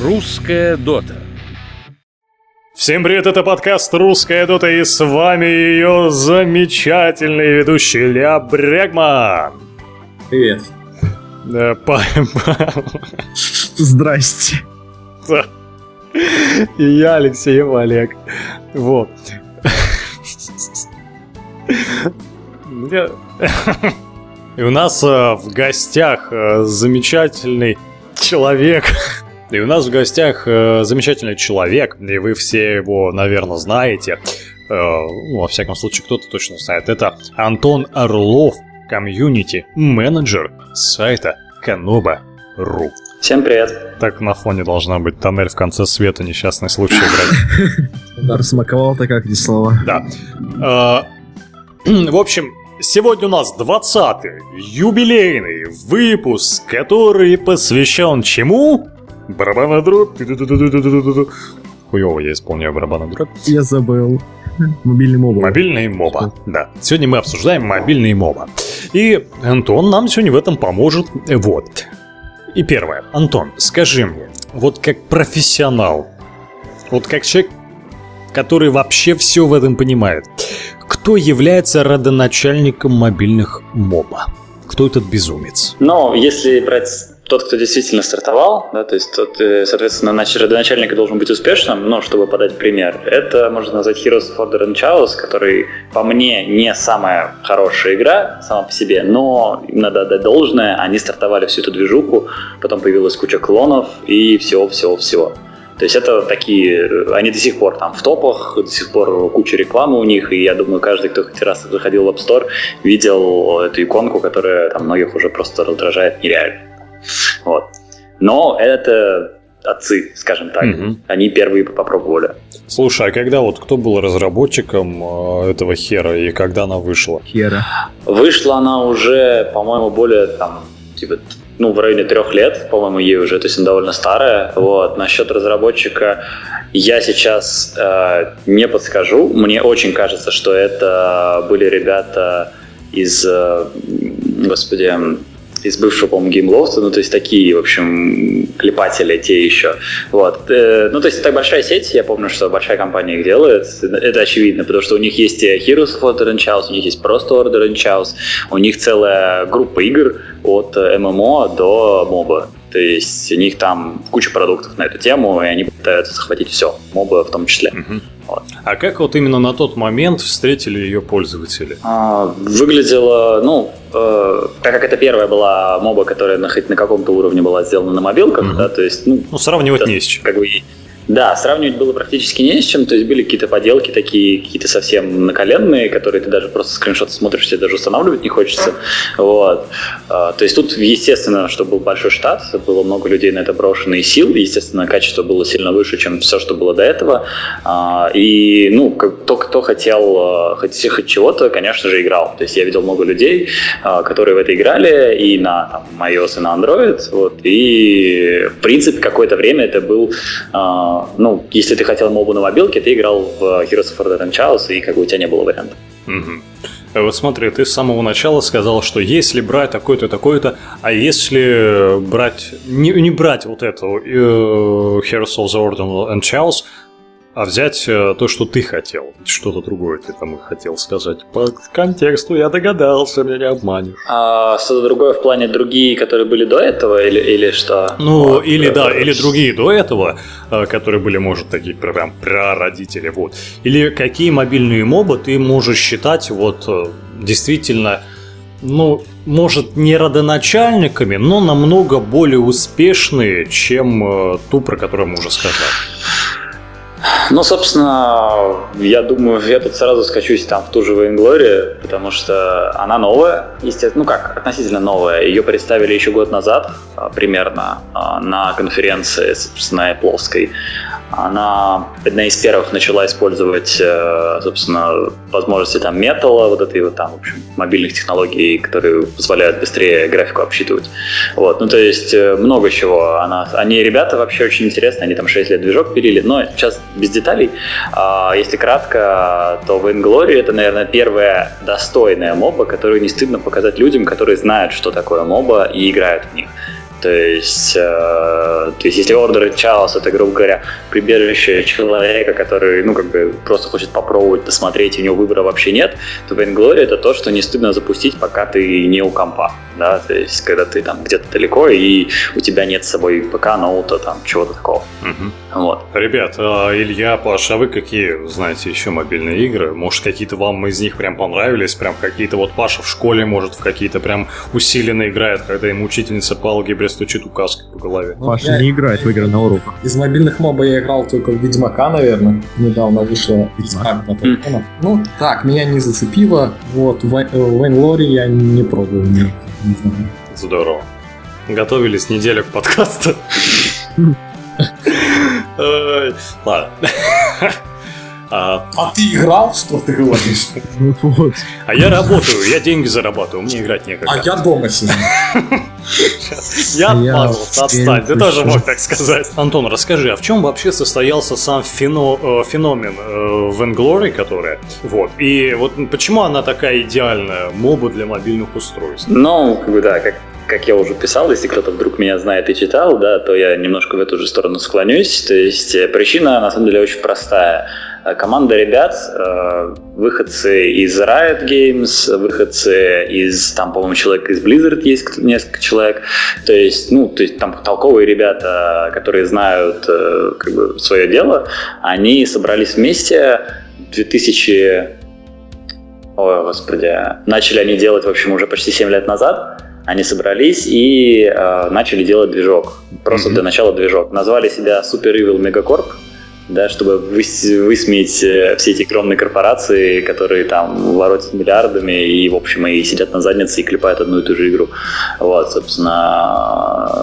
Русская Дота. Всем привет, это подкаст «Русская Дота», и с вами ее замечательный ведущий Илья Брягман. Привет. Здрасте. И я, Алексеев Олег. Вот. И у нас в гостях замечательный человек. И вы все его, наверное, знаете. Во всяком случае, кто-то точно знает. Это Антон Орлов, комьюнити-менеджер сайта Kanoba.ru. Всем привет. Так на фоне должна быть тоннель в конце света, несчастный случай играть. Рассмаковал-то как эти слова. Да. В общем, сегодня у нас 20-й юбилейный выпуск, который посвящен чему? Барабанная дробь. Хуёво я исполняю барабанную дробь. Я забыл. Мобильный моба. Мобильный моба, да. Сегодня мы обсуждаем мобильный моба. И Антон нам сегодня в этом поможет. Вот. И первое. Антон, скажи мне, вот как профессионал, вот как человек, который вообще все в этом понимает, кто является родоначальником мобильных моба? Кто этот безумец? Ну, если брать тот, кто действительно стартовал, да, то есть тот, соответственно, родоначальник должен быть успешным, но чтобы подать пример, это можно назвать Heroes of Order and Chaos, который, по мне, не самая хорошая игра сама по себе, но им надо отдать должное, они стартовали всю эту движуху, потом появилась куча клонов и всего-всего-всего. То есть это такие, они до сих пор там в топах, до сих пор куча рекламы у них, и я думаю, каждый, кто хоть раз заходил в App Store, видел эту иконку, которая там многих уже просто раздражает нереально. Вот. Но это отцы, скажем так, они первые попробовали. Слушай, а когда вот кто был разработчиком этого хера и когда она вышла? Вышла она уже, по-моему, более там, типа, в районе 3 лет, по-моему, ей уже, то есть она довольно старая. Вот. Насчет разработчика я сейчас не подскажу. Мне очень кажется, что это были ребята из бывшего, по-моему, GameLoft, то есть такие, в общем, клепатели те еще. Вот. То есть это большая сеть, я помню, что большая компания их делает, это очевидно, потому что у них есть Heroes of Order and Chaos, у них есть просто Order and Chaos, у них целая группа игр от ММО до моба. То есть у них там куча продуктов на эту тему, и они пытаются захватить все, моба в том числе. Вот. А как вот именно на тот момент встретили ее пользователи? Выглядело, так как это первая была моба, которая хоть на каком-то уровне была сделана на мобилках, да, то есть, сравнивать не с чем. Да, сравнивать было практически не с чем, то есть были какие-то поделки такие, какие-то совсем наколенные, которые ты даже просто скриншот смотришь, тебе даже устанавливать не хочется. Вот. То есть тут, естественно, что был большой штат, было много людей на это брошенные сил, естественно, качество было сильно выше, чем все, что было до этого. И, кто хотел хоть чего-то, конечно же, играл. То есть я видел много людей, которые в это играли и на iOS, и на Android. Вот. И, в принципе, какое-то время это был... если ты хотел мобу на мобилке, ты играл в Heroes of Order and Chaos, и у тебя не было варианта. Вот смотри, ты с самого начала сказал, что если брать такой-то, такой-то, а если брать, не брать вот эту Heroes of the Order and Chaos, а взять то, что ты хотел, что-то другое ты там хотел сказать. По контексту я догадался, меня не обманешь. А что-то другое в плане другие, которые были до этого, или что? Или другие до этого, которые были, может, такие прям прародители, вот. Или какие мобильные мобы ты можешь считать действительно, может, не родоначальниками, но намного более успешные, чем ту, про которую мы уже сказали. Собственно, я думаю, я тут сразу скачусь в ту же Vainglory, потому что она новая, естественно, относительно новая. Ее представили еще год назад, примерно, на конференции, собственно, Apple-овской. Она одна из первых начала использовать, собственно, возможности металла, в общем, мобильных технологий, которые позволяют быстрее графику обсчитывать. Вот, то есть много чего. Они, ребята, вообще очень интересные, они 6 лет движок пилили, но сейчас без деталей. Если кратко, то Vainglory — это, наверное, первая достойная моба, которую не стыдно показать людям, которые знают, что такое моба, и играют в них. То есть если Order in Chaos — это, грубо говоря, прибежище человека, который, просто хочет попробовать, посмотреть, и у него выбора вообще нет, то Vainglory — это то, что не стыдно запустить, пока ты не у компа, да, то есть когда ты там где-то далеко, и у тебя нет с собой ПК, ноута, там, чего-то такого. Вот. Ребят, Илья, Паша, а вы какие знаете еще мобильные игры? Может, какие-то вам из них прям понравились? Прям какие-то вот Паша в школе, может, в какие-то прям усиленно играет, когда ему учительница по алгебре стучит указкой по голове. Паша не играет в игры на уроках. Из мобильных моба я играл только в Ведьмака, наверное. Недавно вышла Ведьмак на телефонах. Ну, так, меня не зацепило. Вот, Vainglory я не пробовал. Не знаю. Здорово. Готовились неделю к подкасту. Ладно. А ты играл, что ты говоришь? Вот. А я работаю, я деньги зарабатываю, мне играть некогда. А я дома сижу. Я отмазался, отстань, ты тоже мог так сказать. Антон, расскажи, а в чем вообще состоялся сам феномен Vainglory, которая? Вот. И вот почему она такая идеальная моба для мобильных устройств? Ну, да, как я уже писал, если кто-то вдруг меня знает и читал, да, то я немножко в эту же сторону склонюсь. То есть причина, на самом деле, очень простая. Команда ребят, выходцы из Riot Games, выходцы из, там, по-моему, человек из Blizzard есть, несколько человек. То есть там толковые ребята, которые знают свое дело, они собрались вместе в 2000... Ой, господи. Начали они делать, в общем, уже почти 7 лет назад. Они собрались и начали делать движок. Просто для начала движок. Назвали себя Super Evil Megacorp, да, чтобы высмеять все эти огромные корпорации, которые там воротят миллиардами и, в общем, и сидят на заднице и клепают одну и ту же игру. Вот, собственно,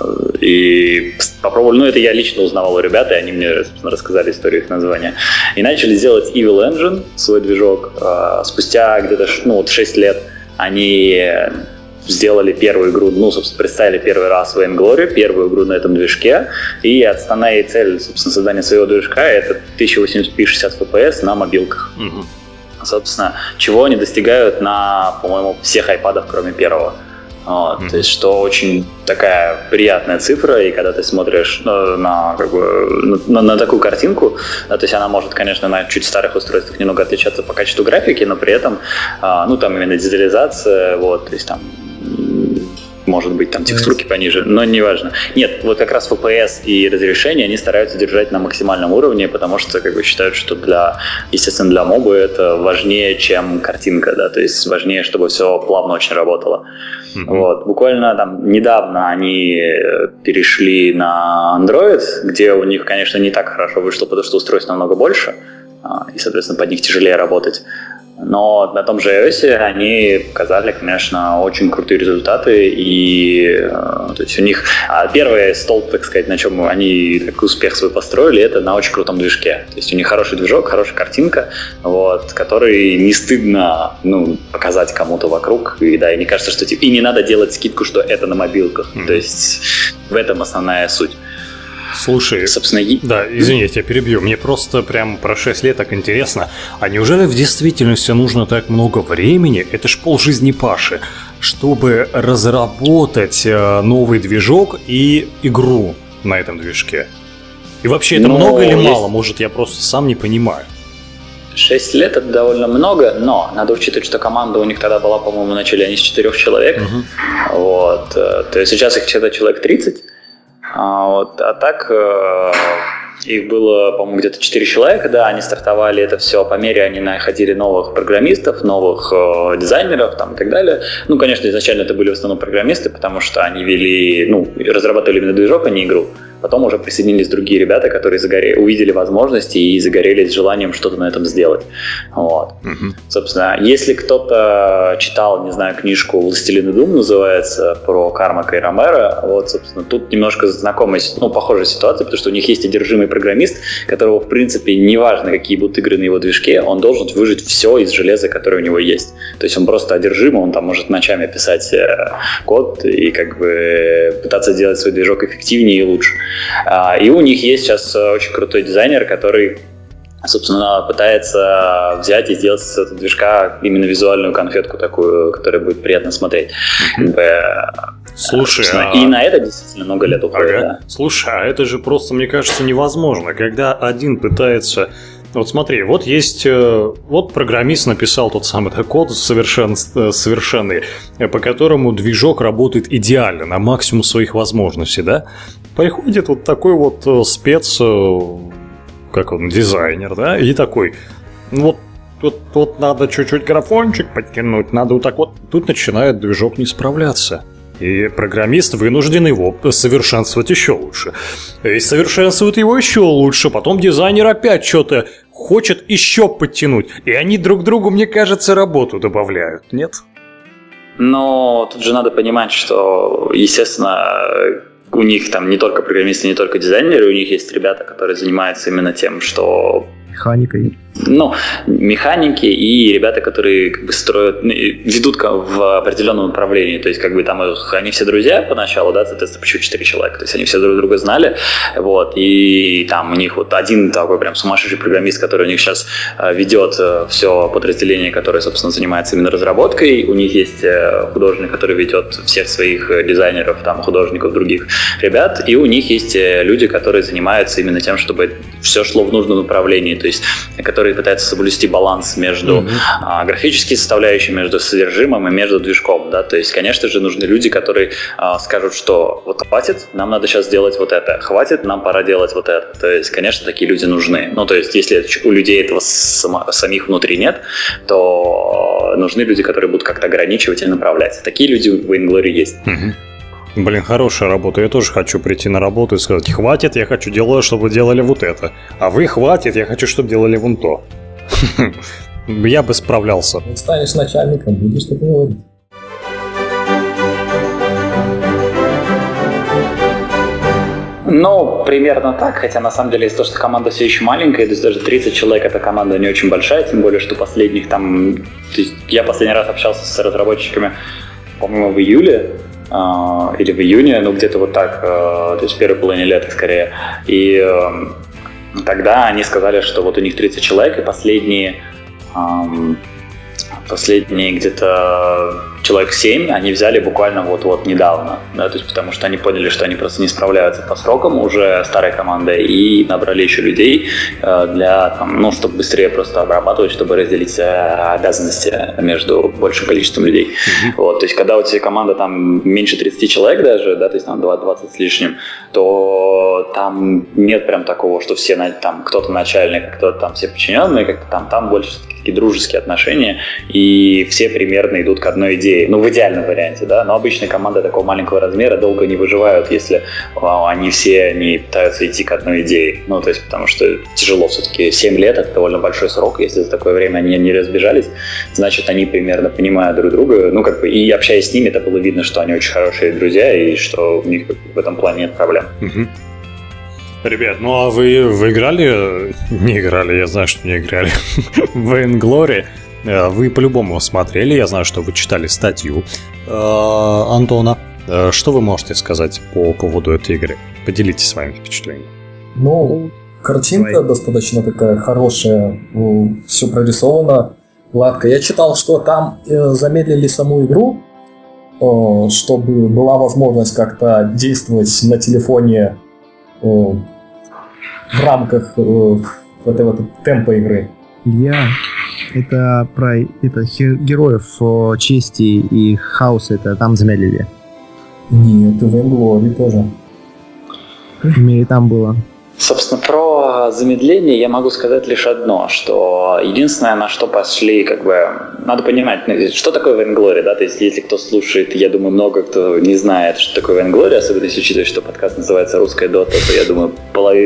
и попробовали, это я лично узнавал у ребят, и они мне, собственно, рассказали историю их названия. И начали делать Evil Engine, свой движок. Спустя где-то 6 лет они сделали первую игру, собственно, представили первый раз Vainglory, первую игру на этом движке, и основная цель, собственно, создания своего движка — это 1080p 60 FPS на мобилках. Собственно, чего они достигают на, по-моему, всех айпадах, кроме первого. Вот, то есть, что очень такая приятная цифра, и когда ты смотришь на такую картинку, то есть она может, конечно, на чуть старых устройствах немного отличаться по качеству графики, но при этом, там именно детализация, вот, то есть там может быть, там текстурки пониже, но неважно. Нет, вот как раз FPS и разрешение они стараются держать на максимальном уровне, потому что считают, что естественно, для мобы это важнее, чем картинка, да, то есть важнее, чтобы все плавно очень работало. Вот. Буквально там недавно они перешли на Android, где у них, конечно, не так хорошо вышло, потому что устройств намного больше, и, соответственно, под них тяжелее работать. Но на том же iOS они показали, конечно, очень крутые результаты, и то есть у них первый столб, так сказать, на чем они такой успех свой построили, это на очень крутом движке. То есть у них хороший движок, хорошая картинка, вот, который не стыдно показать кому-то вокруг, и мне кажется, что и не надо делать скидку, что это на мобилках. То есть в этом основная суть. Слушай, собственно, да, извини, я тебя перебью. Мне просто прям про 6 лет так интересно. А неужели в действительности нужно так много времени? Это ж полжизни Паши, чтобы разработать новый движок и игру на этом движке. И вообще это много или мало? Может, я просто сам не понимаю. 6 лет — это довольно много, но надо учитывать, что команда у них тогда была, по-моему, начали они с 4 человек. Вот. То есть сейчас их где-то человек 30. А так их было, по-моему, где-то 4 человека, да, они стартовали это все, по мере они находили новых программистов, новых дизайнеров там, и так далее. Конечно, изначально это были в основном программисты, потому что они разрабатывали именно движок, а не игру. Потом уже присоединились другие ребята, которые увидели возможности и загорелись желанием что-то на этом сделать. Вот. Собственно, если кто-то читал, не знаю, книжку «Властелин и Дум» называется, про Кармака и Ромеро, вот, собственно, тут немножко знакомая, похожая ситуация, потому что у них есть одержимый программист, которого, в принципе, неважно, какие будут игры на его движке, он должен выжать все из железа, которое у него есть. То есть он просто одержим, он там может ночами писать код и пытаться сделать свой движок эффективнее и лучше. И у них есть сейчас очень крутой дизайнер, который, собственно, пытается взять и сделать с этого движка именно визуальную конфетку такую, которая будет приятно смотреть. Слушай, и на это действительно много лет уходит. Ага. Да. Слушай, а это же просто, мне кажется, невозможно. Когда один пытается... Вот смотри, вот есть... Вот программист написал тот самый код совершенный, по которому движок работает идеально, на максимум своих возможностей, да? Приходит вот такой вот спец, как он, дизайнер, да? И такой, вот тут надо чуть-чуть графончик подтянуть, надо вот так вот. Тут начинает движок не справляться. И программист вынужден его совершенствовать еще лучше. И совершенствует его еще лучше. Потом дизайнер опять что-то хочет еще подтянуть. И они друг другу, мне кажется, работу добавляют, нет? Но тут же надо понимать, что, естественно, у них там не только программисты, не только дизайнеры, у них есть ребята, которые занимаются именно тем, что... Механикой. Ну, механики и ребята, которые как бы строят, ведут в определенном направлении. То есть, как бы там они все друзья поначалу, да, соответственно, почему 4 человека. То есть они все друг друга знали. Вот, и там у них вот один такой прям сумасшедший программист, который у них сейчас ведет все подразделение, которое, собственно, занимается именно разработкой. У них есть художник, который ведет всех своих дизайнеров, там, художников, других ребят. И у них есть люди, которые занимаются именно тем, чтобы все шло в нужном направлении. То есть, которые пытаются соблюсти баланс между графической составляющей, между содержимым и между движком, да, то есть, конечно же, нужны люди, которые скажут, что вот хватит, нам надо сейчас делать вот это, хватит, нам пора делать вот это, то есть, конечно, такие люди нужны, ну, то есть, если у людей этого самих внутри нет, то нужны люди, которые будут как-то ограничивать и направлять, такие люди в Vainglory есть. Блин, хорошая работа. Я тоже хочу прийти на работу и сказать: хватит, я хочу делать, чтобы вы делали вот это. А вы хватит, я хочу, чтобы делали вон то. Я бы справлялся. Вот станешь начальником, будешь так говорить. Ну, примерно так, хотя на самом деле из-за того, что команда все еще маленькая, то есть даже 30 человек, эта команда не очень большая, тем более, что последних там... То есть я последний раз общался с разработчиками, по-моему, в июле, или в июне, ну где-то вот так, то есть в первой половине лета скорее. И тогда они сказали, что вот у них 30 человек, и последние где-то человек 7 они взяли буквально вот-вот недавно, да, то есть потому что они поняли, что они просто не справляются по срокам уже старой командой, и набрали еще людей для, там, ну, чтобы быстрее просто обрабатывать, чтобы разделить обязанности между большим количеством людей. Вот, то есть когда у тебя команда там меньше 30 человек даже, да, то есть там 20 с лишним, то там нет прям такого, что все там кто-то начальник, кто-то там все подчиненные, как-то там больше такие дружеские отношения, и все примерно идут к одной идее. Ну, в идеальном варианте, да, но обычные команды такого маленького размера долго не выживают, если они все не пытаются идти к одной идее. Ну, то есть, потому что тяжело все-таки. 7 лет — это довольно большой срок. Если за такое время они не разбежались, значит, они примерно понимают друг друга. Ну, как бы, и общаясь с ними, это было видно, что они очень хорошие друзья, и что у них в этом плане нет проблем. Ребят, ну а вы играли? Не играли, я знаю, что не играли. В Vainglory. Вы по-любому смотрели, я знаю, что вы читали статью Антона. Что вы можете сказать по поводу этой игры? Поделитесь своими впечатлениями. Ну, картинка достаточно такая хорошая, все прорисовано гладко. Я читал, что там замедлили саму игру, чтобы была возможность как-то действовать на телефоне в рамках этого темпа игры. Это про героев чести и хаоса, это там замедлили. Нет, и в Vainglory тоже. В мире там было. Собственно, про замедление я могу сказать лишь одно, что единственное, на что пошли, как бы, надо понимать, что такое Vainglory, да, то есть если кто слушает, я думаю, много кто не знает, что такое Vainglory, особенно если учитывать, что подкаст называется «Русская дота», то я думаю,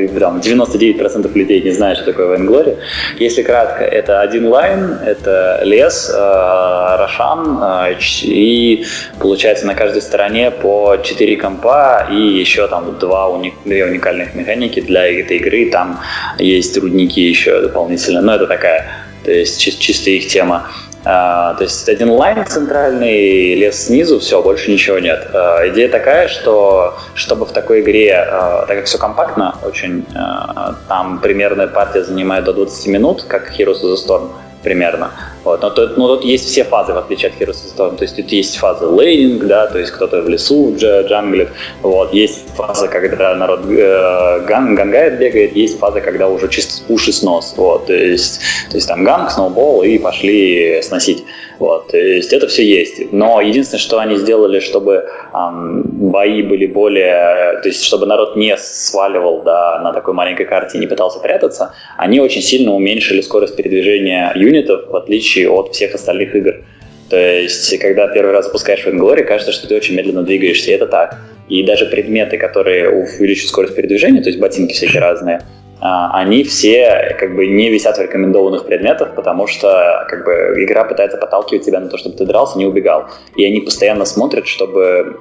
99% людей не знают, что такое Vainglory. Если кратко, это один лайн, это лес, Рошан, и получается на каждой стороне по 4 компа и еще там 2 уникальных механики для этой игры, там есть рудники еще дополнительно, но это такая, то есть чисто их тема. То есть один лайн центральный, лес снизу, все, больше ничего нет. Идея такая, что чтобы в такой игре, так как все компактно, очень, там примерная партия занимает до 20 минут, как Heroes of the Storm примерно. Вот. Но тут есть все фазы, в отличие от Heroes of the Storm. То есть тут есть фаза лейнинг, да, то есть кто-то в лесу джанглит. Вот. Есть фаза, когда народ гангает, бегает. Есть фаза, когда уже чисто пуш и снос. Вот. То есть там ганг, сноубол и пошли сносить. Вот. То есть это все есть. Но единственное, что они сделали, чтобы бои были более... То есть чтобы народ не сваливал, да, на такой маленькой карте и не пытался прятаться, они очень сильно уменьшили скорость передвижения юнитов, в отличие от всех остальных игр. То есть, когда первый раз запускаешь Vainglory, кажется, что ты очень медленно двигаешься, и это так. И даже предметы, которые увеличивают скорость передвижения, то есть ботинки всякие разные, они все как бы не висят в рекомендованных предметах, потому что как бы игра пытается подталкивать тебя на то, чтобы ты дрался, не убегал. И они постоянно смотрят, чтобы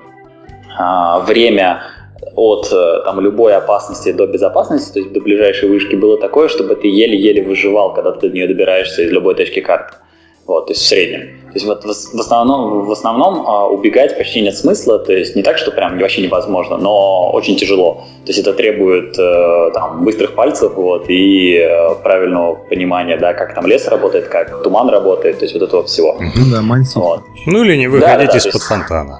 время от там, любой опасности до безопасности, то есть до ближайшей вышки, было такое, чтобы ты еле-еле выживал, когда ты до нее добираешься из любой точки карты. Вот, то есть в среднем. То есть вот в основном убегать почти нет смысла, то есть не так, что прям вообще невозможно, но очень тяжело. То есть это требует там, быстрых пальцев вот, и правильного понимания, да, как там лес работает, как туман работает, то есть вот этого всего. Да, мансить. Вот. Ну или не выходить из-под фонтана.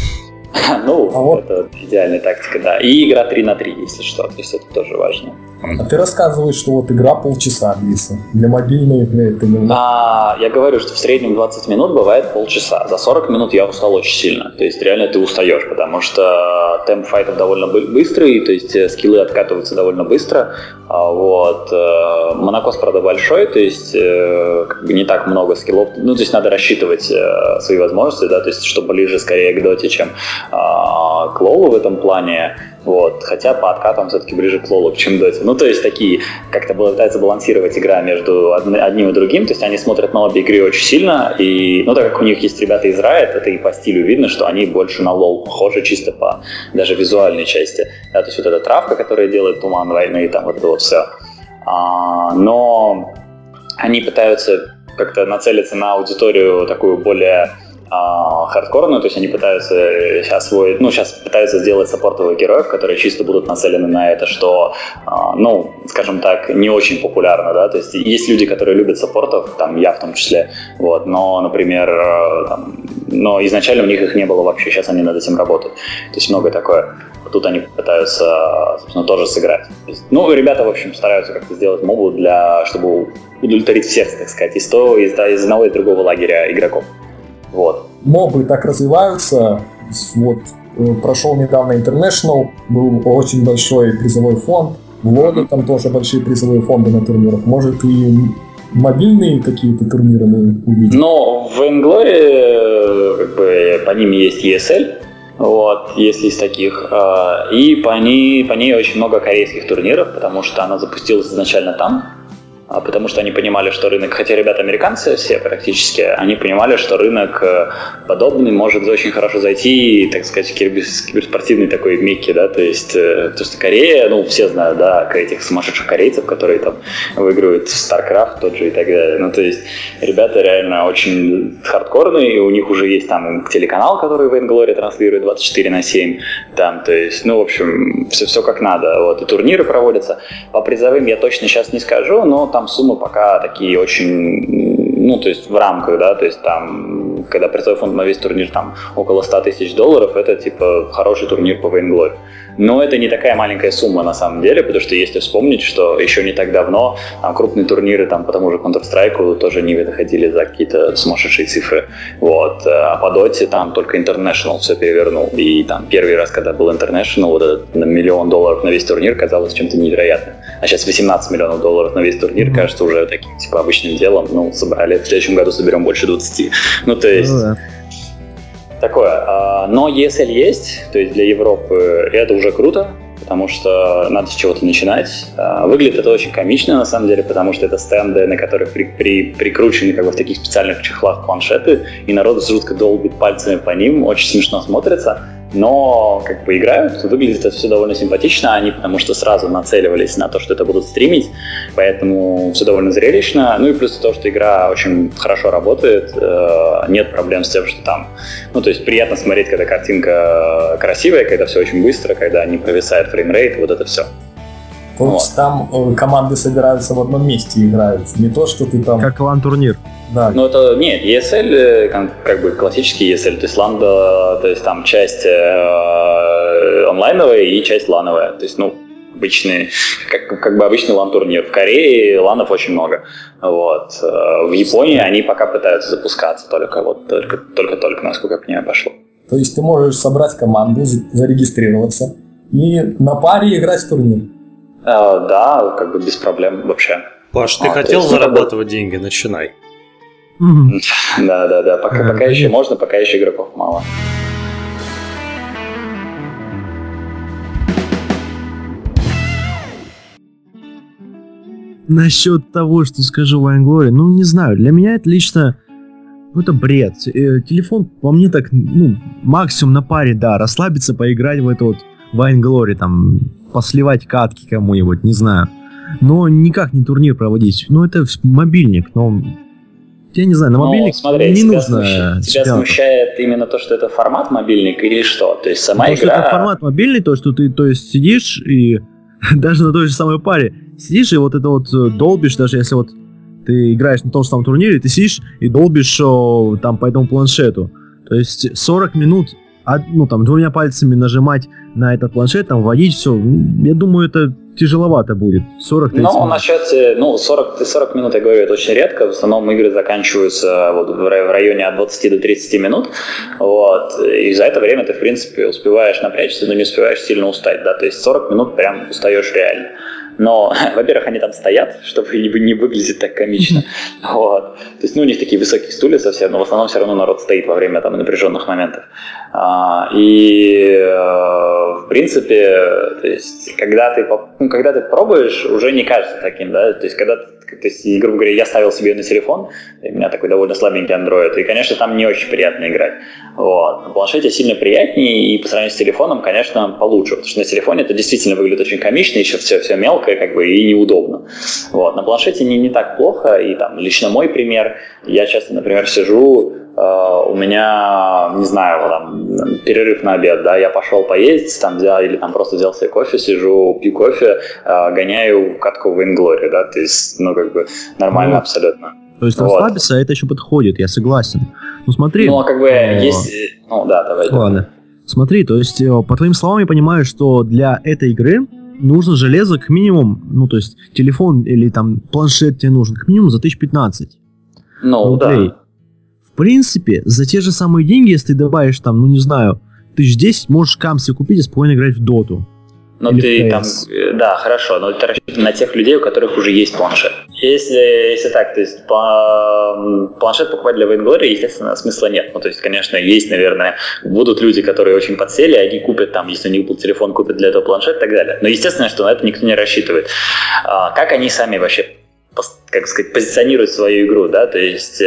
Ну, это идеальная тактика, да. И игра 3-3, если что, то есть это тоже важно. А ты рассказываешь, что вот игра полчаса длится. Для мобильной игры это немного. Я говорю, что в среднем 20 минут бывает полчаса. За 40 минут я устал очень сильно. То есть реально ты устаешь, потому что темп файтов довольно быстрый, то есть скиллы откатываются довольно быстро. Вот. Монокост, правда, большой, то есть как бы не так много скиллов. Ну, то есть надо рассчитывать свои возможности, да, то есть что ближе скорее к доте, чем к лолу в этом плане. Вот. Хотя по откатам все-таки ближе к лолу, чем доте. Ну, то есть такие, как-то пытается балансировать игра между одним и другим. То есть они смотрят на обе игры очень сильно. И, ну, так как у них есть ребята из Riot, это и по стилю видно, что они больше на лол похожи, чисто по даже визуальной части. Да, то есть вот эта травка, которая делает туман войны, и там вот это вот все. Но они пытаются как-то нацелиться на аудиторию такую более хардкорную, то есть они пытаются сейчас пытаются сделать саппортовых героев, которые чисто будут нацелены на это, что, ну, скажем так, не очень популярно, да, то есть есть люди, которые любят саппортов, там, я в том числе, вот, но, например, но изначально у них их не было вообще, сейчас они над этим работают, то есть многое такое. Тут они пытаются, собственно, тоже сыграть. Есть, ну, ребята, в общем, стараются как-то сделать мобу чтобы удовлетворить всех, так сказать, из одного и другого лагеря игроков. Вот. Мобы так развиваются. Вот, прошел недавно International, был очень большой призовой фонд. В Лоле там тоже большие призовые фонды на турнирах. Может, и мобильные какие-то турниры мы увидим? Ну, в Vainglory, как бы, по ним есть ESL, вот, если из таких. И по ней очень много корейских турниров, потому что она запустилась изначально там. Потому что они понимали, что рынок, хотя ребята американцы все практически, они понимали, что рынок подобный может очень хорошо зайти, так сказать, в киберспортивной такой мекке, да, то есть, то, что Корея, ну, все знают, да, этих сумасшедших корейцев, которые там выигрывают в StarCraft тот же и так далее, ну, то есть, ребята реально очень хардкорные, у них уже есть там телеканал, который Vainglory транслирует 24/7, там, то есть, ну, в общем, все как надо, вот, и турниры проводятся, по призовым я точно сейчас не скажу, но там суммы пока такие очень, ну, то есть в рамках, да, то есть там, когда призовой фонд на весь турнир там около $100 000, это типа хороший турнир по Vainglory. Но это не такая маленькая сумма на самом деле, потому что если вспомнить, что еще не так давно там, крупные турниры там, по тому же Counter-Strike тоже не выходили за какие-то сумасшедшие цифры. Вот. А по Доте там только International все перевернул. И там первый раз, когда был International, вот этот $1 миллион на весь турнир казалось чем-то невероятным. А сейчас $18 миллионов на весь турнир кажется уже таким типа обычным делом. Ну, собрали, в следующем году соберем больше 20. Ну, то есть... Такое. Но ESL есть, то есть для Европы, и это уже круто, потому что надо с чего-то начинать. Выглядит это очень комично, на самом деле, потому что это стенды, на которых прикручены как бы в таких специальных чехлах планшеты, и народ жутко долбит пальцами по ним, очень смешно смотрится. Но как бы играют, выглядит это все довольно симпатично, они потому что сразу нацеливались на то, что это будут стримить, поэтому все довольно зрелищно. Ну и плюс то, что игра очень хорошо работает, нет проблем с тем, что там, ну то есть приятно смотреть, когда картинка красивая, когда все очень быстро, когда не провисает фреймрейт, вот это все. То есть там команды собираются в одном месте и играют. Не то, что ты там... Как LAN-турнир. Да. Ну, это нет, ESL, как бы классический ESL, то есть LAN, то есть там часть онлайновая и часть лановая. То есть, ну, обычный, как бы обычный LAN-турнир. В Корее ланов очень много. Вот. В Японии они пока пытаются запускаться, только, насколько я понимаю, пошло. То есть ты можешь собрать команду, зарегистрироваться и на паре играть в турнир. Да, как бы без проблем вообще. Паш, ты хотел зарабатывать деньги, начинай. Да. Пока еще можно, пока еще игроков мало. Насчет того, что скажу Vainglory, ну не знаю, для меня это лично, ну это бред. Телефон по мне так, ну максимум на паре, да, расслабиться, поиграть в это вот Vainglory, там, посливать катки кому-нибудь, не знаю. Но никак не турнир проводить. Ну это мобильник, но я не знаю, на мобильник смотри, не тебя нужно. Тебя смущает именно то, что это формат мобильник или что? То есть сама игра... Это формат мобильный, то, что ты, то есть, сидишь и даже на той же самой паре сидишь и вот это вот долбишь, даже если вот ты играешь на том же самом турнире, ты сидишь и долбишь там по этому планшету. То есть 40 минут, ну там двумя пальцами нажимать на этот планшет, там вводить все, я думаю, это тяжеловато будет. 40-30 минут. Ну, насчет, 40 минут, я говорю, это очень редко. В основном игры заканчиваются вот в районе от 20 до 30 минут. Вот. И за это время ты, в принципе, успеваешь напрячься, но не успеваешь сильно устать. Да? То есть 40 минут прям устаешь реально. Но, во-первых, они там стоят, чтобы не выглядеть так комично. Вот. То есть, ну, у них такие высокие стулья совсем, но в основном все равно народ стоит во время там напряженных моментов. И, в принципе, то есть, когда ты пробуешь, уже не кажется таким, да, то есть, грубо говоря, я ставил себе ее на телефон, у меня такой довольно слабенький Android, и, конечно, там не очень приятно играть. Вот. На планшете сильно приятнее, и по сравнению с телефоном, конечно, получше, потому что на телефоне это действительно выглядит очень комично, еще все мелкое, как бы, и неудобно. Вот. На планшете не так плохо, и там лично мой пример, я часто, например, сижу, у меня, не знаю, там, перерыв на обед, да, я пошел поесть, там взял, или там просто взял себе кофе, сижу, пью кофе, гоняю катку в Vainglory, да, то есть, ну, как бы, нормально абсолютно. То есть расслабиться, это еще подходит, я согласен. Ну, смотри. Ну, а как бы, есть, ну, да, давай. Ладно. Смотри, то есть, по твоим словам, я понимаю, что для этой игры нужно железо как минимум, ну, то есть, телефон или там планшет тебе нужен как минимум за 1015. Ну, рублей. Да. В принципе, за те же самые деньги, если ты добавишь там, ну не знаю, 1010, можешь камси купить и спокойно играть в доту. Ну ты там, да, хорошо, но это рассчитано на тех людей, у которых уже есть планшет. Если так, то есть планшет покупать для Vainglory, естественно, смысла нет. Ну, то есть, конечно, есть, наверное, будут люди, которые очень подсели, они купят там, если у них был телефон, купят для этого планшет и так далее. Но естественно, что на это никто не рассчитывает. Как они сами вообще, как сказать, позиционируют свою игру, да, то есть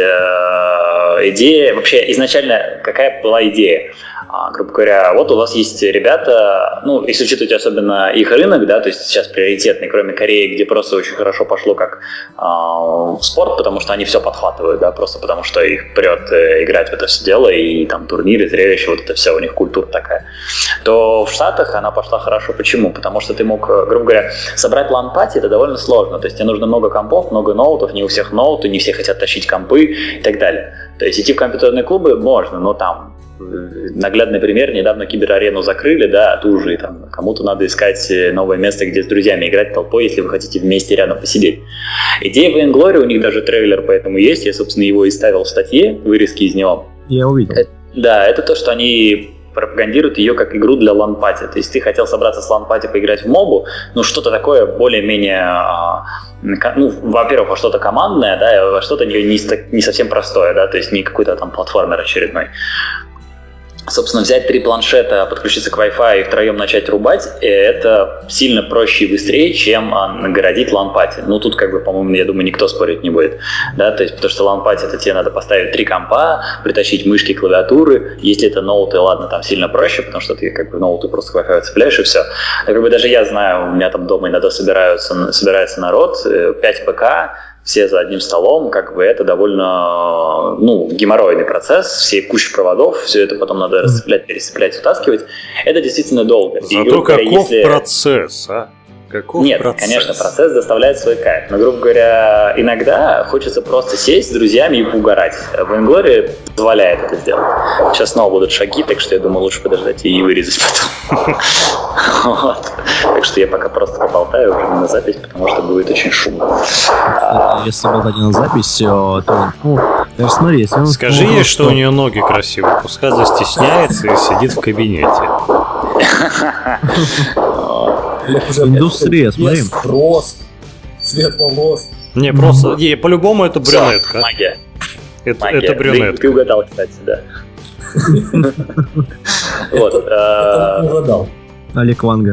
идея, вообще изначально какая была идея? Грубо говоря, вот у вас есть ребята, ну, если учитывать особенно их рынок, да, то есть сейчас приоритетный, кроме Кореи, где просто очень хорошо пошло как спорт, потому что они все подхватывают, да, просто потому что их прет играть в это все дело, и там турниры, зрелища, вот это все, у них культура такая, то в Штатах она пошла хорошо. Почему? Потому что ты мог, грубо говоря, собрать LAN-пати, это довольно сложно, то есть тебе нужно много компов, много ноутов, не у всех ноуты, не все хотят тащить компы и так далее. То есть идти в компьютерные клубы можно, но там наглядный пример, недавно киберарену закрыли, да, тут же там кому-то надо искать новое место, где с друзьями играть толпой, если вы хотите вместе рядом посидеть. Идея Vainglory, у них даже трейлер поэтому есть, я, собственно, его и ставил в статье, вырезки из него. Я увидел. Да, это то, что они пропагандируют ее как игру для LAN-пати. То есть ты хотел собраться с LAN-пати поиграть в мобу, ну что-то такое более-менее, ну, во-первых, во что-то командное, да, и во что-то не совсем простое, да, то есть не какой-то там платформер очередной. Собственно, взять 3 планшета, подключиться к Wi-Fi и втроем начать рубать, это сильно проще и быстрее, чем нагородить LAN-пати. Ну, тут, как бы, по-моему, я думаю, никто спорить не будет. Да? То есть, потому что LAN-пати, это тебе надо поставить 3 компа, притащить мышки, клавиатуры. Если это ноуты, ладно, там сильно проще, потому что ты, как бы, ноуты просто к Wi-Fi цепляешь и все. Но, как бы, даже я знаю, у меня там дома иногда собирается народ, 5 ПК, все за одним столом, как бы это довольно, ну, геморройный процесс, все куча проводов, все это потом надо расцеплять, пересцеплять, вытаскивать. Это действительно долго. Зато каков процесс, а? Каков Нет, процесс? конечно, процесс доставляет свой кайф. Но, грубо говоря, иногда хочется просто сесть с друзьями и поугарать. Vainglory позволяет это сделать. Сейчас снова будут шаги, так что я думаю, лучше подождать и вырезать потом. Так что я пока просто поболтаю уже на запись, потому что будет очень шумно. Если болтать на запись, то... даже смотри, если он... Скажи ей, что у нее ноги красивые, пускай застесняется и сидит в кабинете. Индустрия, смотри. Рост, цвет волос. Не, просто, по-любому это брюнетка. Магия. Это брюнетка. Ты угадал, кстати, да. Вот. Это не угадал. Олег Ванга.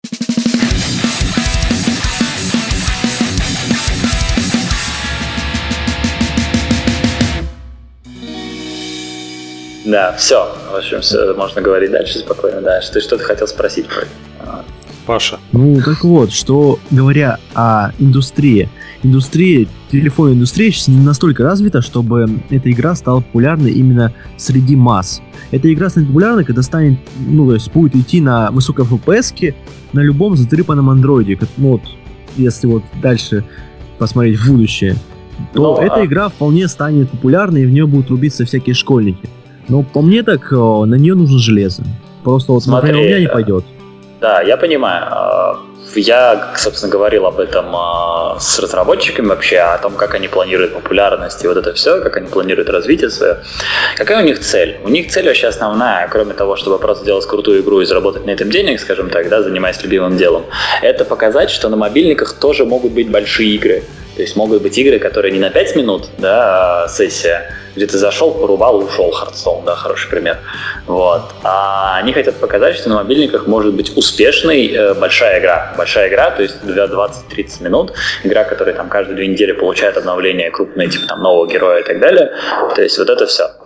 Да, все. В общем, все, можно говорить дальше спокойно. Да, ты что-то хотел спросить? Паша. Ну, так вот, что говоря о индустрии. Телефонная индустрия сейчас не настолько развита, чтобы эта игра стала популярной именно среди масс. Эта игра станет популярной, когда станет, то есть будет идти на высокой FPS-ке на любом затрепанном андроиде. Вот, если вот дальше посмотреть в будущее, то эта игра вполне станет популярной, и в нее будут рубиться всякие школьники. Но по мне так, на нее нужно железо. Просто вот, например, у меня не пойдет. Да, я понимаю. Я, собственно, говорил об этом с разработчиками вообще, о том, как они планируют популярность и вот это все, как они планируют развитие свое. Какая у них цель? У них цель вообще основная, кроме того, чтобы просто сделать крутую игру и заработать на этом денег, скажем так, да, занимаясь любимым делом, это показать, что на мобильниках тоже могут быть большие игры. То есть могут быть игры, которые не на 5 минут, да, сессия, где ты зашел, порубал и ушел, Hearthstone, да, хороший пример. Вот. А они хотят показать, что на мобильниках может быть успешной большая игра, то есть 20-30 минут, игра, которая там каждые 2 недели получает обновление крупное, типа там нового героя и так далее. То есть вот это все.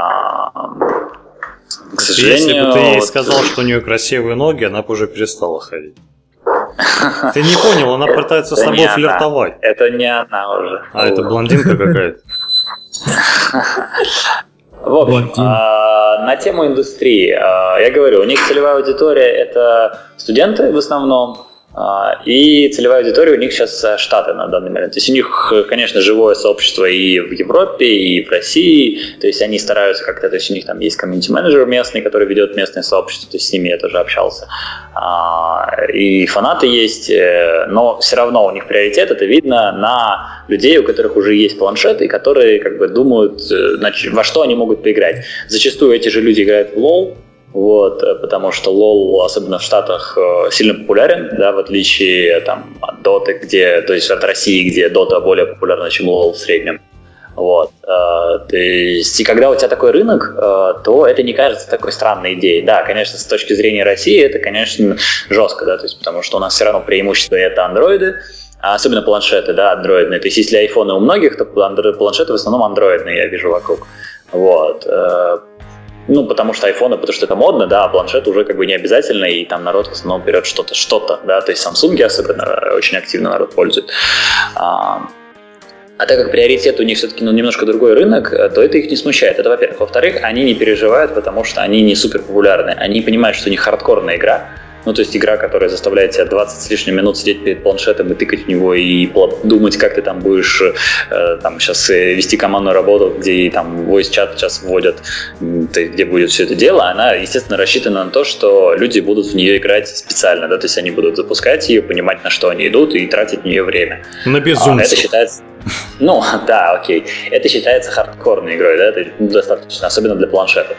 К сожалению... Если бы ты ей сказал, что у нее красивые ноги, она бы уже перестала ходить. Ты не понял, она пытается с тобой флиртовать. Это не она уже. А это блондинка какая-то. В общем, на тему индустрии. Я говорю, у них целевая аудитория – это студенты в основном, и целевая аудитория у них сейчас Штаты на данный момент. То есть у них, конечно, живое сообщество и в Европе, и в России. То есть они стараются как-то, то есть у них там есть комьюнити-менеджер местный, который ведет местное сообщество, то есть с ними я тоже общался. И фанаты есть, но все равно у них приоритет, это видно на людей, у которых уже есть планшеты, которые как бы думают, во что они могут поиграть. Зачастую эти же люди играют в LoL, вот, потому что LoL, особенно в Штатах, сильно популярен, да, в отличие там, от Dota, то есть от России, где Dota более популярна, чем LoL в среднем. Вот. То есть, и когда у тебя такой рынок, то это не кажется такой странной идеей. Да, конечно, с точки зрения России это, конечно, жестко, да, то есть, потому что у нас все равно преимущество это андроиды, особенно планшеты, да, андроидные. То есть, если айфоны у многих, то планшеты в основном андроидные, я вижу вокруг. Вот. Потому что айфоны, потому что это модно, да, а планшет уже как бы не обязательно, и там народ в основном берет что-то, да, то есть Samsung особенно очень активно народ пользует. А так как приоритет у них все-таки немножко другой рынок, то это их не смущает. Это, во-первых. Во-вторых, они не переживают, потому что они не супер популярны. Они понимают, что у них хардкорная игра. То есть игра, которая заставляет тебя 20 с лишним минут сидеть перед планшетом и тыкать в него и думать, как ты там будешь там сейчас вести командную работу, где там voice-чат сейчас вводят, где будет все это дело, она, естественно, рассчитана на то, что люди будут в нее играть специально, да, то есть они будут запускать ее, понимать, на что они идут и тратить в нее время. На безумцев. Это считается... да, окей. Это считается хардкорной игрой, да, это достаточно, особенно для планшетов.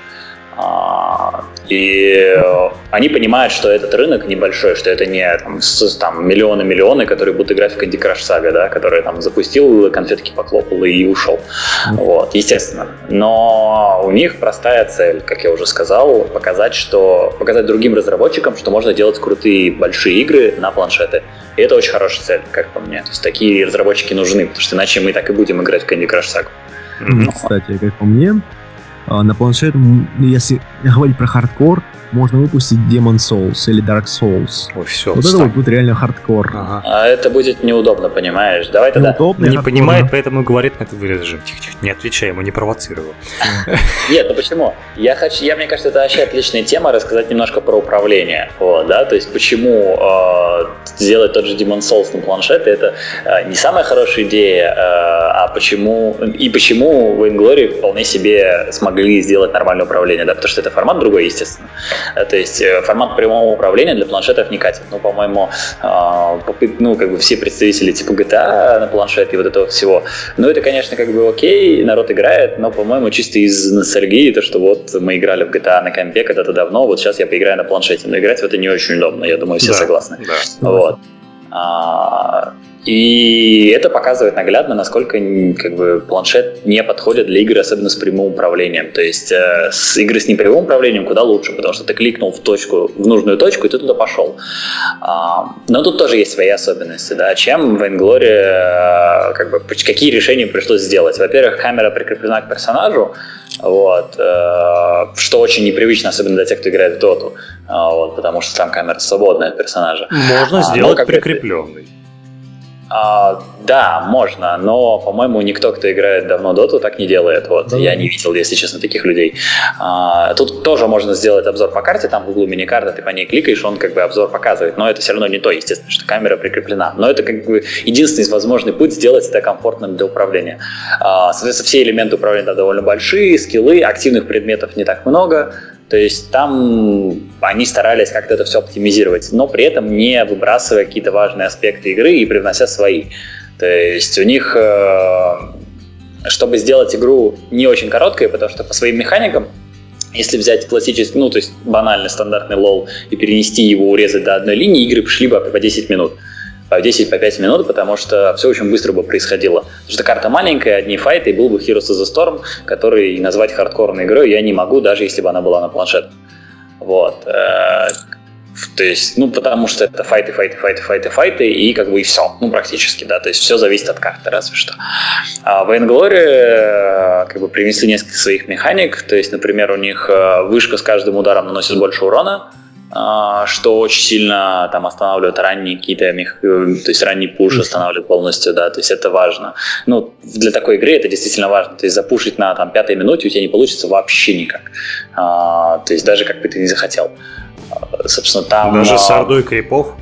И они понимают, что этот рынок небольшой, что это не там миллионы, которые будут играть в Candy Crush Saga, да, который там запустил, конфетки поклопал и ушел. Вот, естественно. Но у них простая цель, как я уже сказал, показать другим разработчикам, что можно делать крутые большие игры на планшеты. И это очень хорошая цель, как по мне. То есть такие разработчики нужны, потому что иначе мы так и будем играть в Candy Crush Saga. Кстати, как по мне, на планшет, если говорить про хардкор, можно выпустить Demon Souls или Dark Souls. Ой, все, вот это вот будет реально хардкор. Ага. А это будет неудобно, понимаешь? Давай тогда. Неудобно, Не хардкор, понимает, да. поэтому говорит, это вырежем. Тихо-тихо, не отвечай ему, не провоцируй его. Нет, ну почему? Мне кажется, это вообще отличная тема рассказать немножко про управление. Вот, да? То есть почему сделать тот же Demon Souls на планшете это не самая хорошая идея, а почему Vainglory вполне себе смогли сделать нормальное управление, да? Потому что это формат другой, естественно. То есть формат прямого управления для планшетов не катит. Ну, по-моему, как бы все представители типа GTA на планшете и вот этого всего. Ну, это, конечно, как бы окей, народ играет, но, по-моему, чисто из ностальгии, то, что вот мы играли в GTA на компе когда-то давно, вот сейчас я поиграю на планшете. Но играть в это не очень удобно, я думаю, все согласны. Да. Вот. И это показывает наглядно, насколько как бы, планшет не подходит для игр, особенно с прямым управлением. То есть с игры с непрямым управлением куда лучше, потому что ты кликнул в нужную точку, и ты туда пошел. Но тут тоже есть свои особенности. Да? Чем в Vainglory, какие решения пришлось сделать? Во-первых, камера прикреплена к персонажу, вот, что очень непривычно, особенно для тех, кто играет в Dota, вот, потому что там камера свободная от персонажа. Можно сделать прикрепленный. Да, можно, но, по-моему, никто, кто играет давно Доту, так не делает. Вот. Да. Я не видел, если честно, таких людей. Тут тоже можно сделать обзор по карте, там в углу миникарта ты по ней кликаешь, он как бы обзор показывает, но это все равно не то, естественно, что камера прикреплена. Но это как бы единственный возможный путь сделать это комфортным для управления. Соответственно, все элементы управления там довольно большие, скиллы, активных предметов не так много. То есть там они старались как-то это все оптимизировать, но при этом не выбрасывая какие-то важные аспекты игры и привнося свои. То есть у них, чтобы сделать игру не очень короткой, потому что по своим механикам, если взять классический, то есть банальный стандартный лол и перенести его, урезать до одной линии, игры шли бы по 10 минут. По 10-5 минут, потому что все очень быстро бы происходило. Потому что карта маленькая, одни файты, и был бы Heroes of the Storm, который назвать хардкорной игрой я не могу, даже если бы она была на планшет. Вот. То есть, потому что это файты, и как бы и все. Практически, да. То есть все зависит от карты, разве что. А в Vainglory как бы привнесли несколько своих механик. То есть, например, у них вышка с каждым ударом наносит больше урона, что очень сильно там останавливает ранние какие-то, то есть ранний пуш останавливает полностью, да, то есть это важно. Для такой игры это действительно важно, то есть запушить на 5-й минуте у тебя не получится вообще никак, то есть даже как бы ты не захотел. Собственно, там... Даже с ордой крипов?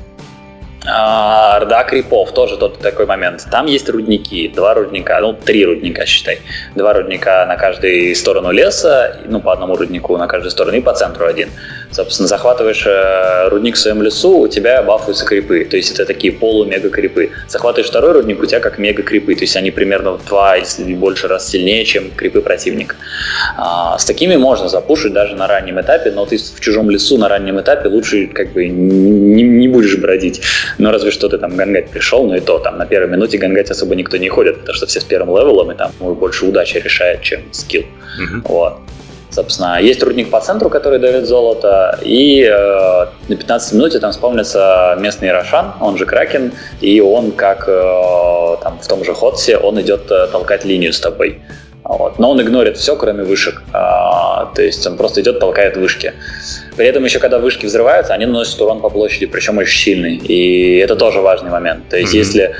Орда крипов, тоже тот такой момент. Там есть рудники, 2 рудника, 3 рудника, считай. 2 рудника на каждую сторону леса, по одному руднику на каждую сторону и по центру один. Собственно, захватываешь рудник в своем лесу, у тебя бафуются крипы, то есть это такие полу-мега-крипы. Захватываешь второй рудник, у тебя как мега-крипы, то есть они примерно в 2 или больше раз сильнее, чем крипы противника. С такими можно запушить даже на раннем этапе, но ты в чужом лесу на раннем этапе лучше как бы не будешь бродить. Но разве что ты там гангать пришел, но и то там на первой минуте гангать особо никто не ходит, потому что все с первым левелом, и там больше удача решает, чем скилл. Вот. Собственно, есть рудник по центру, который дает золото, и на 15 минуте там спавнится местный Рошан, он же Кракен, и он, как там в том же Хотсе, он идет толкать линию с тобой. Вот. Но он игнорит все, кроме вышек. То есть он просто идет, толкает вышки. При этом еще когда вышки взрываются, они наносят урон по площади, причем очень сильный. И это тоже важный момент. То есть если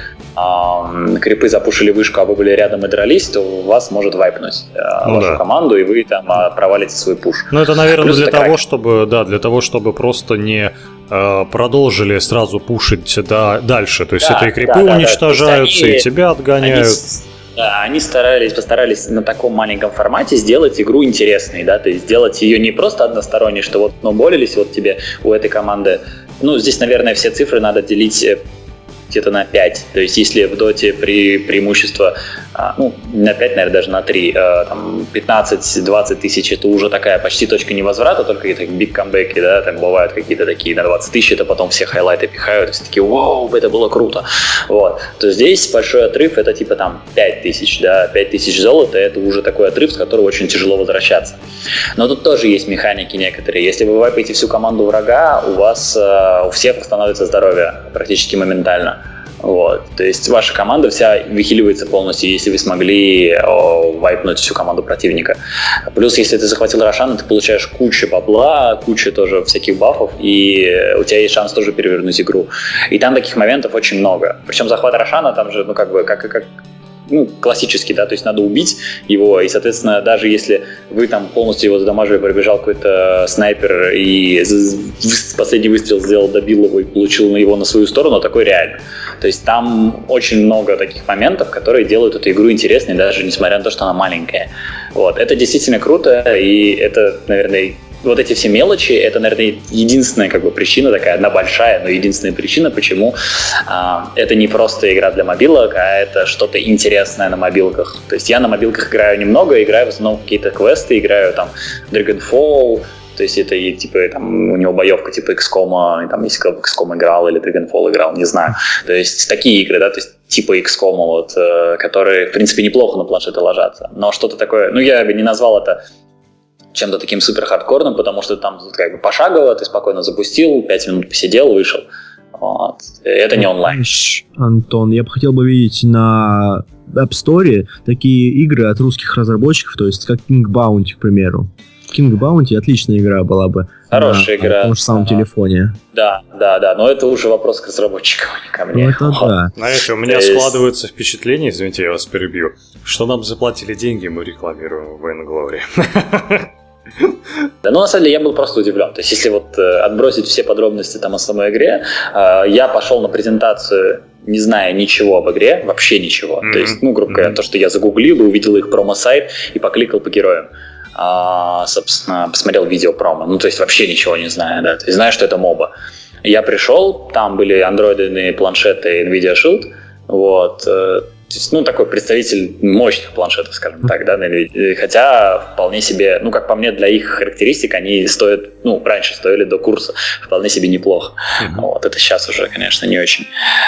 крипы запушили вышку, а вы были рядом и дрались, то вас может вайпнуть вашу команду, и вы там провалите свой пуш. Это, наверное, плюс для того, чтобы просто не продолжили сразу пушить дальше. То есть это и крипы уничтожаются, и тебя отгоняют. Да, они постарались на таком маленьком формате сделать игру интересной, да, то есть сделать ее не просто односторонней, что вот наболелись вот тебе у этой команды. Здесь, наверное, все цифры надо делить где-то на 5. То есть если в доте преимущество, на 5, наверное, даже на 3, там 15-20 тысяч, это уже такая почти точка невозврата, только какие-то биг-камбэки, да, там бывают какие-то такие на 20 тысяч, это потом все хайлайты пихают, все такие, вау, это было круто. Вот. То здесь большой отрыв, это типа там 5 тысяч, да, 5 тысяч золота, это уже такой отрыв, с которого очень тяжело возвращаться. Но тут тоже есть механики некоторые. Если вы вайпаете всю команду врага, у вас у всех восстановится здоровье практически моментально. Вот. То есть ваша команда вся выхиливается полностью, если вы смогли вайпнуть всю команду противника. Плюс, если ты захватил Рошана, ты получаешь кучу бабла, кучу тоже всяких бафов, и у тебя есть шанс тоже перевернуть игру. И там таких моментов очень много. Причем захват Рошана там же, как классический, да, то есть надо убить его, и, соответственно, даже если вы там полностью его задамажили, пробежал какой-то снайпер и последний выстрел сделал, добил его и получил его на свою сторону, такой реально. То есть там очень много таких моментов, которые делают эту игру интересной, даже несмотря на то, что она маленькая. Вот. Это действительно круто, и это, наверное, вот эти все мелочи, это, наверное, единственная причина, такая одна большая, но единственная причина, почему это не просто игра для мобилок, а это что-то интересное на мобилках. То есть я на мобилках играю немного, играю в основном какие-то квесты, играю там Dragonfall, то есть это там у него боевка типа XCOM, там если кто в XCOM играл или Dragonfall играл, не знаю. То есть такие игры, да, то есть типа XCOM, вот, которые, в принципе, неплохо на планшеты ложатся. Но что-то такое, я бы не назвал это чем-то таким супер хардкорным, потому что там пошагово, ты спокойно запустил, 5 минут посидел, вышел. Вот. Это не онлайн. Антон, я бы хотел видеть на App Store такие игры от русских разработчиков, то есть как King Bounty, к примеру. King Bounty отличная игра была бы. Хорошая игра. На том же самом телефоне. Да, но это уже вопрос к разработчикам, а не ко мне. Ну, это да. Знаете, у меня складывается впечатление, извините, я вас перебью, что нам заплатили деньги, мы рекламируем Vainglory. Да, на самом деле я был просто удивлен. То есть если отбросить все подробности там о самой игре, я пошел на презентацию, не зная ничего об игре, вообще ничего. То есть, грубо говоря, то, что я загуглил, увидел их промо-сайт и покликал по героям. Собственно, посмотрел видео промо. То есть вообще ничего не знаю, да. То есть знаю, что это моба. Я пришел, там были андроидные планшеты NVIDIA Shield, вот. То есть, такой представитель мощных планшетов, скажем так, да, хотя вполне себе, как по мне, для их характеристик они стоят, раньше стоили до курса, вполне себе неплохо. Вот, это сейчас уже, конечно, не очень.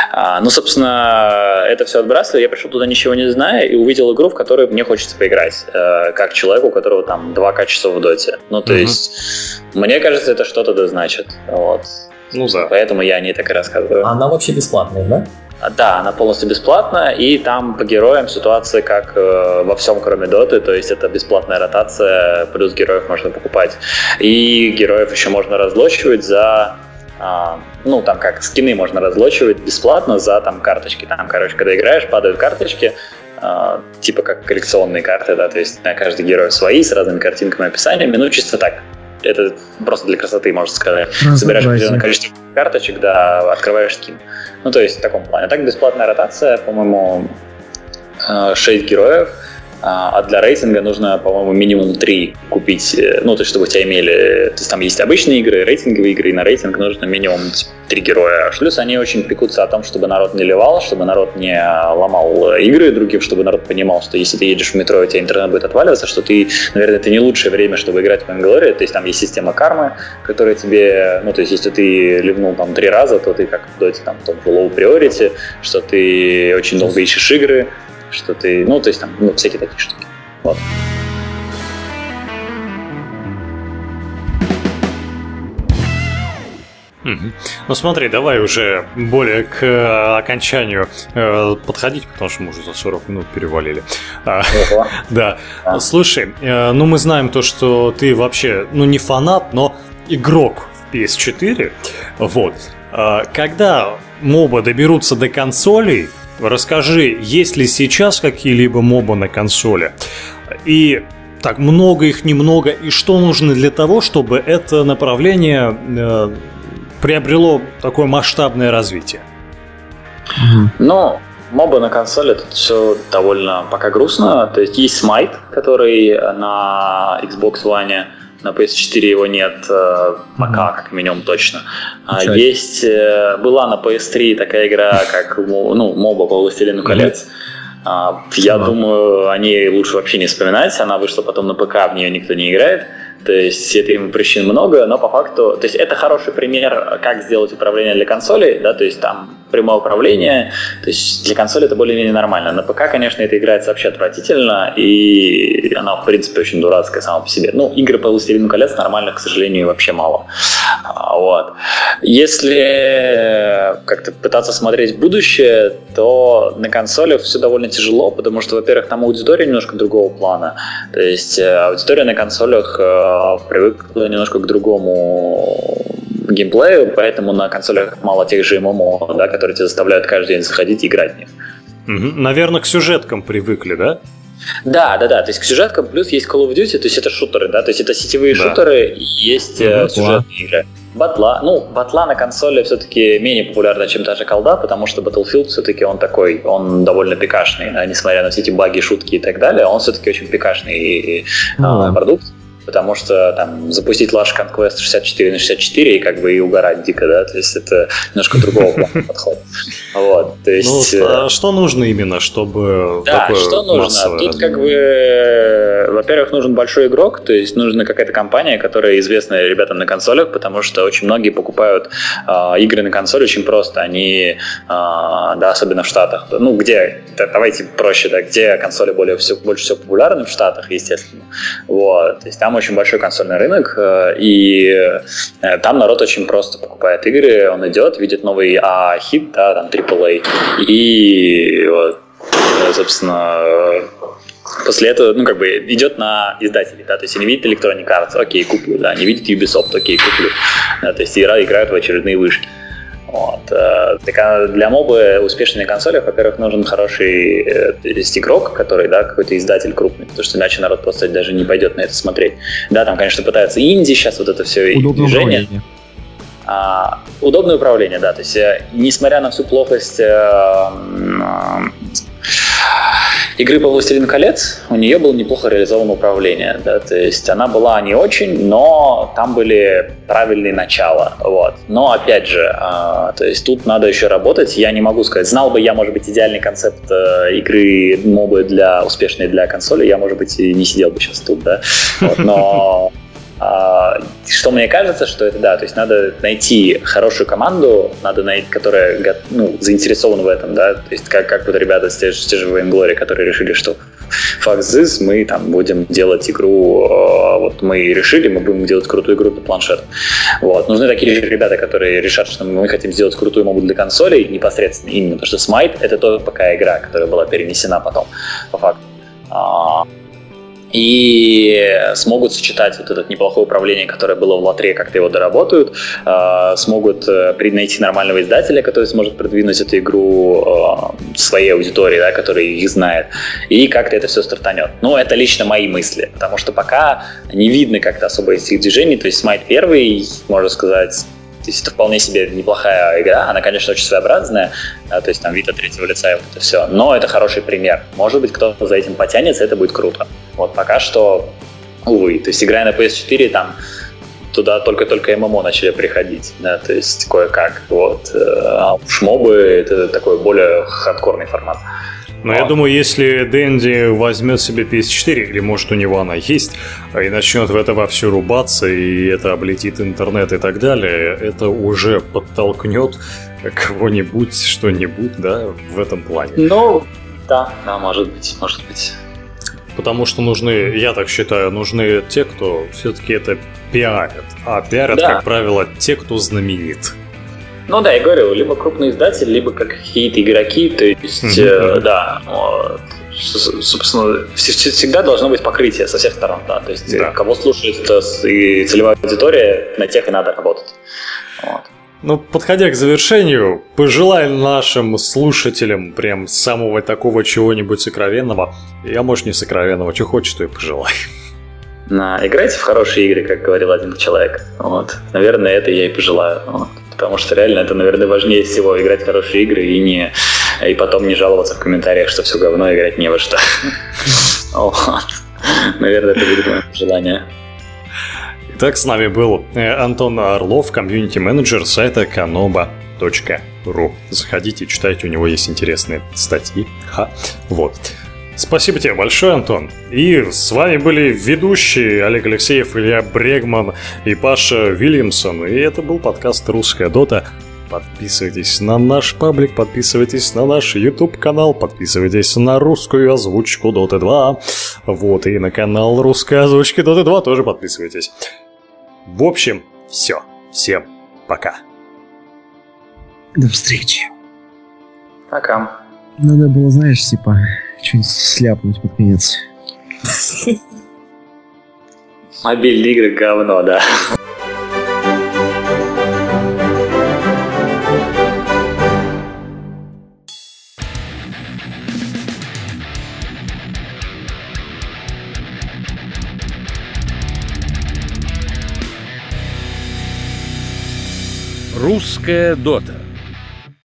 Собственно, это все отбрасываю, я пришел туда ничего не зная и увидел игру, в которую мне хочется поиграть, как человеку, у которого там 2К часов в доте. То есть, мне кажется, это что-то да значит, вот. Да. Поэтому я о ней так и рассказываю. Она вообще бесплатная, да? Да, она полностью бесплатная, и там по героям ситуация как во всем, кроме доты, то есть это бесплатная ротация, плюс героев можно покупать. И героев еще можно разлочивать за... там как скины можно разлочивать бесплатно за карточки. Там, когда играешь, падают карточки, типа как коллекционные карты, да, то есть на каждый герой свои, с разными картинками и описаниями, чисто так. Это просто для красоты, можно сказать. Собираешь определенное количество карточек, да, открываешь скин. То есть в таком плане. Так, бесплатная ротация, по-моему, 6 героев, а для рейтинга нужно, по-моему, минимум 3 купить, то есть чтобы у тебя имели... То есть там есть обычные игры, рейтинговые игры, и на рейтинг нужно минимум 3 героя. Плюс они очень пекутся о том, чтобы народ не ливал, чтобы народ не ломал игры другим, чтобы народ понимал, что если ты едешь в метро, у тебя интернет будет отваливаться, что ты, наверное, это не лучшее время, чтобы играть в Vainglory. То есть там есть система кармы, которая тебе... то есть если ты ливнул 3 раза, то ты как в доте, в том же low priority, что ты очень долго ищешь игры, что ты, то есть всякие такие штуки. Вот. Смотри, давай уже более к окончанию подходить, потому что мы уже за 40 минут перевалили. Да. Слушай, мы знаем то, что ты вообще, не фанат, но игрок в PS4. Вот. Когда моба доберутся до консолей, расскажи, есть ли сейчас какие-либо моба на консоли? И так, много их, немного, и что нужно для того, чтобы это направление приобрело такое масштабное развитие? Моба на консоли, тут все довольно пока грустно. То есть есть Smite, который на Xbox One, на PS4 его нет, пока, как минимум, точно. Есть, была на PS3 такая игра, как моба по «Властелину колец». Я думаю, о ней лучше вообще не вспоминать. Она вышла потом на ПК, в нее никто не играет. То есть это причин много, но по факту... То есть это хороший пример, как сделать управление для консолей, да, то есть там прямое управление, то есть для консоли это более-менее нормально. На ПК, конечно, это играется вообще отвратительно, и она, в принципе, очень дурацкая сама по себе. Игры по «Властелину колец» нормально, к сожалению, вообще мало. Вот. Если как-то пытаться смотреть в будущее, то на консолях все довольно тяжело, потому что, во-первых, там аудитория немножко другого плана. То есть аудитория на консолях привыкла немножко к другому геймплею, поэтому на консолях мало тех же ММО, да, которые тебя заставляют каждый день заходить и играть в них. Наверное, к сюжеткам привыкли, да? Да. То есть к сюжеткам плюс есть Call of Duty, то есть это шутеры, да, то есть это сетевые шутеры и есть сюжетные игры. Батла на консоли все-таки менее популярна, чем та же колда, потому что Battlefield все-таки он довольно пикашный, да, несмотря на все эти баги, шутки и так далее, он все-таки очень пикашный продукт. Потому что там запустить Last Conquest 64 на 64 и как бы и угорать дико, да, то есть это немножко другого плана подход. Вот, то есть... а что нужно именно, чтобы такое что нужно? Массовое... Тут как бы, во-первых, нужен большой игрок, то есть нужна какая-то компания, которая известна ребятам на консолях, потому что очень многие покупают игры на консоли очень просто, они, да, особенно в Штатах, ну, где, давайте проще, да, где консоли больше всего популярны в Штатах, естественно, вот, то есть там очень большой консольный рынок, и там народ очень просто покупает игры, он идет, видит новый хит, да, там AAA, и вот, собственно, после этого, ну, как бы, идет на издателей, да, то есть они видят Electronic Arts, окей, куплю, да, они видят Ubisoft, окей, куплю, да, то есть играют в очередные вышки. Вот. Так, для мобы успешной на консолях, во-первых, нужен хороший игрок, который, да, какой-то издатель крупный, потому что иначе народ просто даже не пойдет на это смотреть. Да, там, конечно, пытаются инди, сейчас вот это все удобное движение. Удобное управление, да, то есть несмотря на всю плохость игры по «Властелину колец», у нее было неплохо реализовано управление, да, то есть она была не очень, но там были правильные начала, вот. Но опять же, то есть тут надо еще работать, я не могу сказать, знал бы я, может быть, идеальный концепт игры мобы успешной для консоли, я, может быть, и не сидел бы сейчас тут, да, вот, но... Что мне кажется, что это, да, то есть надо найти хорошую команду, надо найти, которая, ну, заинтересована в этом, да, то есть как вот ребята те же Vainglory, которые решили, что fuck this, мы там будем делать игру, вот мы решили, мы будем делать крутую игру для планшета. Вот. Нужны такие же ребята, которые решат, что мы хотим сделать крутую мобу для консолей непосредственно, именно потому что Smite — это тоже пока игра, которая была перенесена потом, по факту. И смогут сочетать вот это неплохое управление, которое было в латре, как-то его доработают, смогут найти нормального издателя, который сможет продвинуть эту игру своей аудитории, да, которая их знает, и как-то это все стартанет. Но это лично мои мысли, потому что пока не видно как-то особо этих движений, то есть Smite 1, можно сказать, то есть это вполне себе неплохая игра, она, конечно, очень своеобразная, да, то есть там вид от третьего лица и вот это все, но это хороший пример. Может быть, кто-то за этим потянется, это будет круто. Вот пока что, увы, то есть играя на PS4, там туда только ММО начали приходить, да, то есть кое-как, вот, а уж мобы — это такой более хардкорный формат. Но я думаю, если Дэнди возьмет себе PS4, или может у него она есть, и начнет в это вовсю рубаться, и это облетит интернет и так далее, это уже подтолкнет кого-нибудь, что-нибудь, да, в этом плане. Ну, да, может быть. Потому что нужны, я так считаю, нужны те, кто все-таки это пиарят. А пиарят, да, как правило, те, кто знаменит. Ну да, я говорю, либо крупный издатель, либо как какие-то игроки, то есть, да, вот, собственно, всегда должно быть покрытие со всех сторон, да, то есть, да, кого слушает и целевая аудитория, на тех и надо работать. Вот. Ну, подходя к завершению, пожелаем нашим слушателям прям самого такого чего-нибудь сокровенного. Я, может, не сокровенного, что хочешь, то и пожелай. Играйте в хорошие игры, как говорил один человек. Вот. Наверное, это я и пожелаю. Вот. Потому что реально это, наверное, важнее всего — играть в хорошие игры и потом не жаловаться в комментариях, что все говно, играть не во что. Наверное, это будет мое пожелание. Итак, с нами был Антон Орлов, комьюнити-менеджер сайта konoba.ru. Заходите, читайте, у него есть интересные статьи. Вот. Спасибо тебе большое, Антон. И с вами были ведущие Олег Алексеев, Илья Брегман и Паша Вильямсон. И это был подкаст «Русская Дота». Подписывайтесь на наш паблик, подписывайтесь на наш YouTube-канал, подписывайтесь на русскую озвучку Dota 2. Вот, и на канал русской озвучки Dota 2 тоже подписывайтесь. В общем, все. Всем пока. До встречи. Пока. Надо было, знаешь, типа, что-нибудь сляпнуть под конец. Мобильные игры говно, да. Русская дота.